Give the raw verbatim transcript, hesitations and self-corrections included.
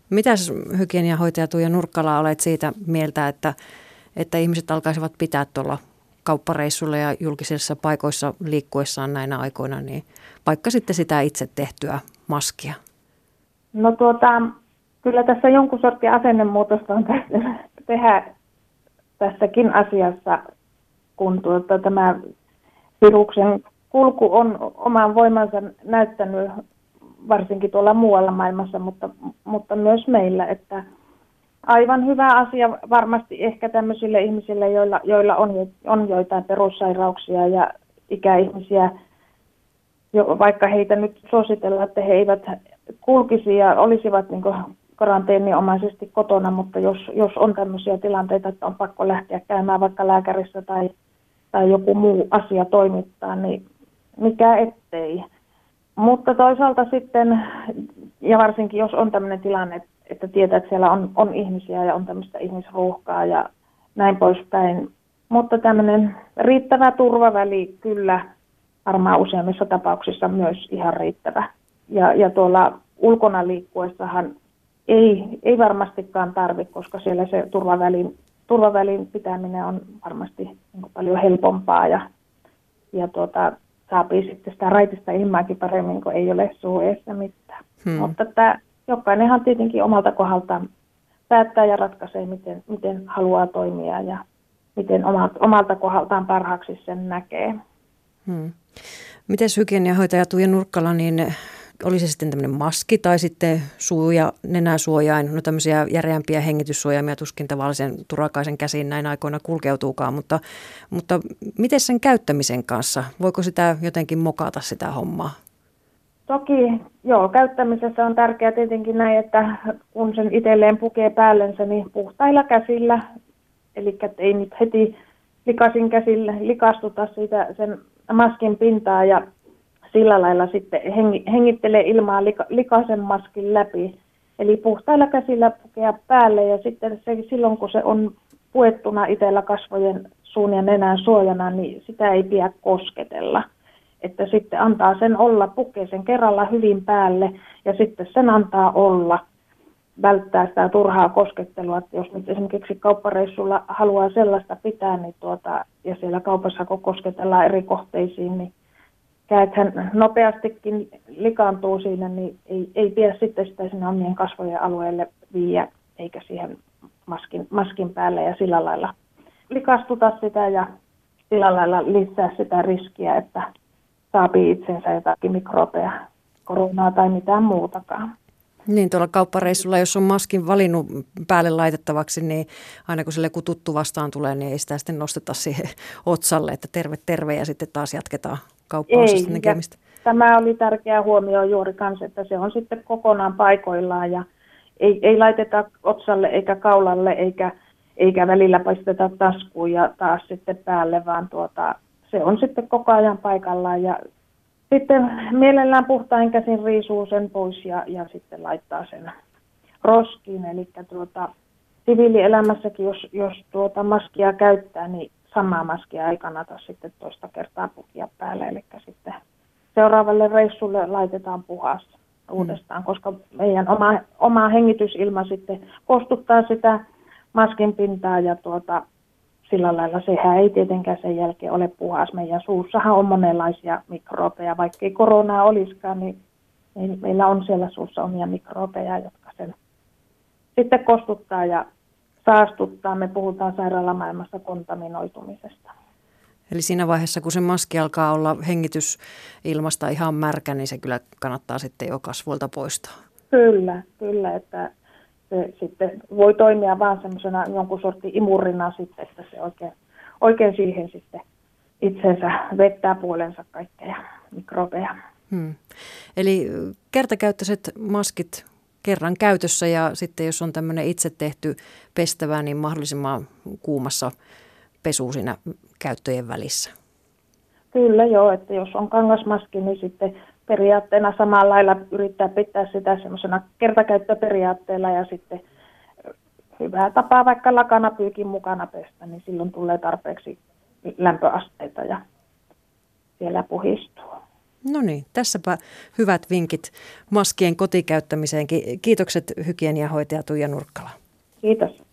Mitäs hygieniahoitaja Tuija Nurkkala olet siitä mieltä, että, että ihmiset alkaisivat pitää tuolla kauppareissulla ja julkisissa paikoissa liikkuessaan näinä aikoina, niin vaikka sitten sitä itse tehtyä maskia? No tuota, kyllä tässä jonkun sortin asennemuutosta on tehdä tässäkin asiassa, kun tuota, tämä viruksen kulku on oman voimansa näyttänyt varsinkin tuolla muualla maailmassa, mutta, mutta myös meillä, että aivan hyvä asia varmasti ehkä tämmöisille ihmisille, joilla, joilla on, on joitain perussairauksia ja ikäihmisiä, jo, vaikka heitä nyt suositellaan, että he eivät kulkisi ja olisivat niin kuin karanteeninomaisesti kotona, mutta jos, jos on tämmöisiä tilanteita, että on pakko lähteä käymään vaikka lääkärissä tai, tai joku muu asia toimittaa, niin mikä ettei. Mutta toisaalta sitten, ja varsinkin jos on tämmöinen tilanne, että tietää, että siellä on, on ihmisiä ja on tämmöistä ihmisruuhkaa ja näin poispäin. Mutta tämmöinen riittävä turvaväli kyllä varmaan useimmissa tapauksissa myös ihan riittävä. Ja, ja tuolla ulkona liikkuessahan ei, ei varmastikaan tarvitse, koska siellä se turvavälin, turvavälin pitäminen on varmasti niin paljon helpompaa ja, ja tuota, saapii sitten sitä raitista ilmaakin paremmin, kun ei ole suu eessä mitään. Hmm. Mutta tämä, jokainenhan tietenkin omalta kohdaltaan päättää ja ratkaisee, miten, miten haluaa toimia ja miten omalta, omalta kohdaltaan parhaaksi sen näkee. Hmm. Miten hygieniahoitaja Tuija Nurkkala, niin oli se sitten tämmöinen maski tai sitten suu- ja nenäsuojain, no tämmöisiä järeämpiä hengityssuojaimia tuskin tavallisen turakaisen käsiin näin aikoina kulkeutuukaan, mutta, mutta miten sen käyttämisen kanssa? Voiko sitä jotenkin mokata sitä hommaa? Toki, joo, käyttämisessä on tärkeää tietenkin näin, että kun sen itselleen pukee päällensä, niin puhtailla käsillä, eli ei nyt heti likaisin käsillä likastuta siitä sen maskin pintaa ja sillä lailla sitten hengittelee ilmaa likaisen maskin läpi. Eli puhtailla käsillä pukea päälle ja sitten se, silloin kun se on puettuna itsellä kasvojen, suun ja nenän suojana, niin sitä ei pidä kosketella. Että sitten antaa sen olla, pukee sen kerralla hyvin päälle ja sitten sen antaa olla, välttää sitä turhaa koskettelua. Että jos nyt esimerkiksi kauppareissulla haluaa sellaista pitää, niin tuota, ja siellä kaupassa kun kosketellaan eri kohteisiin, niin käethän nopeastikin likaantuu siinä, niin ei, ei pidä sitten sitä sinne omien kasvojen alueelle viiä, eikä siihen maskin, maskin päälle ja sillä lailla likastuta sitä ja sillä lailla lisää sitä riskiä, että saapii itsensä jotakin mikrobeja, koronaa tai mitään muutakaan. Niin, tuolla kauppareissulla, jos on maskin valinnut päälle laitettavaksi, niin aina kun sille kun tuttu vastaan tulee, niin ei sitä sitten nosteta siihen otsalle, että terve terve ja sitten taas jatketaan kauppaosasta näkemistä. Tämä oli tärkeä huomio juuri kanssa, että se on sitten kokonaan paikoillaan ja ei, ei laiteta otsalle eikä kaulalle eikä, eikä välillä paisteta taskuun ja taas sitten päälle, vaan tuota, se on sitten koko ajan paikallaan ja sitten mielellään puhtain käsin riisuu sen pois ja, ja sitten laittaa sen roskiin. Eli tuota, siviilielämässäkin, jos, jos tuota maskia käyttää, niin samaa maskia ei kannata sitten toista kertaa pukia päälle. Eli sitten seuraavalle reissulle laitetaan puhas uudestaan, mm. koska meidän oma, oma hengitysilma sitten kostuttaa sitä maskin pintaa ja tuota, sillä lailla sehän ei tietenkään sen jälkeen ole puhas. Meidän suussahan on monenlaisia mikrobeja, vaikka ei koronaa olisikaan, niin meillä on siellä suussa omia mikrobeja, jotka sen sitten kostuttaa ja saastuttaa. Me puhutaan sairaalamaailmassa kontaminoitumisesta. Eli siinä vaiheessa, kun se maski alkaa olla hengitysilmasta ihan märkä, niin se kyllä kannattaa sitten jo kasvoilta poistaa. Kyllä, kyllä, että se sitten voi toimia vaan semmoisena jonkun sortin imurina sitten, että se oikein, oikein siihen sitten itsensä vettää puolensa kaikkea mikrobeja. Hmm. Eli kertakäyttöiset maskit kerran käytössä ja sitten jos on tämmöinen itse tehty pestävä, niin mahdollisimman kuumassa pesu siinä käyttöjen välissä. Kyllä joo, että jos on kangasmaski, niin sitten periaatteena samalla lailla yrittää pitää sitä semmoisena kertakäyttöperiaatteella ja sitten hyvää tapaa vaikka lakanapyykin mukana pestä, niin silloin tulee tarpeeksi lämpöasteita ja siellä puhistuu. No niin, tässäpä hyvät vinkit maskien kotikäyttämiseen. Kiitokset hygieniahoitaja Tuija Nurkkala. Kiitos.